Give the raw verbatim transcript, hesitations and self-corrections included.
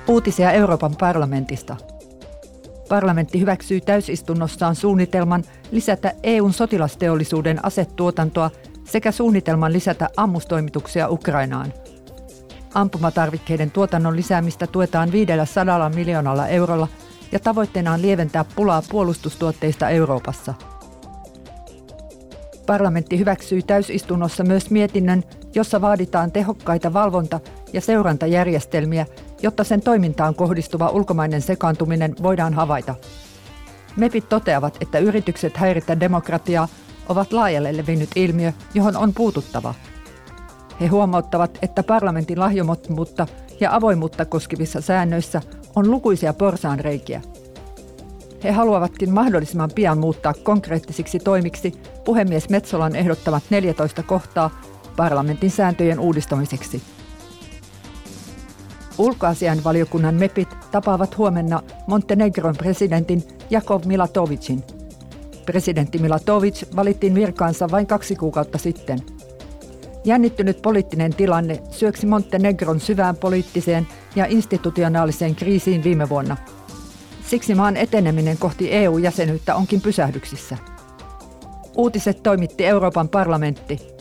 Uutisia Euroopan parlamentista. Parlamentti hyväksyy täysistunnossaan suunnitelman lisätä E U:n sotilasteollisuuden asetuotantoa sekä suunnitelman lisätä ammustoimituksia Ukrainaan. Ampumatarvikkeiden tuotannon lisäämistä tuetaan viidelläsadalla miljoonalla eurolla ja tavoitteena on lieventää pulaa puolustustuotteista Euroopassa. Parlamentti hyväksyy täysistunnossa myös mietinnön, jossa vaaditaan tehokkaita valvonta- ja seurantajärjestelmiä, jotta sen toimintaan kohdistuva ulkomainen sekaantuminen voidaan havaita. MEPit toteavat, että yritykset häiritä demokratiaa ovat laajalle levinnyt ilmiö, johon on puututtava. He huomauttavat, että parlamentin lahjomattomuutta ja avoimuutta koskevissa säännöissä on lukuisia porsaanreikiä. He haluavatkin mahdollisimman pian muuttaa konkreettisiksi toimiksi puhemies Metsolan ehdottamat neljätoista kohtaa parlamentin sääntöjen uudistamiseksi. Ulkoasiainvaliokunnan MEPit tapaavat huomenna Montenegron presidentin Jakov Milatovicin. Presidentti Milatovic valittiin virkaansa vain kaksi kuukautta sitten. Jännittynyt poliittinen tilanne syöksi Montenegron syvään poliittiseen ja institutionaaliseen kriisiin viime vuonna. Siksi maan eteneminen kohti E U-jäsenyyttä onkin pysähdyksissä. Uutiset toimitti Euroopan parlamentti.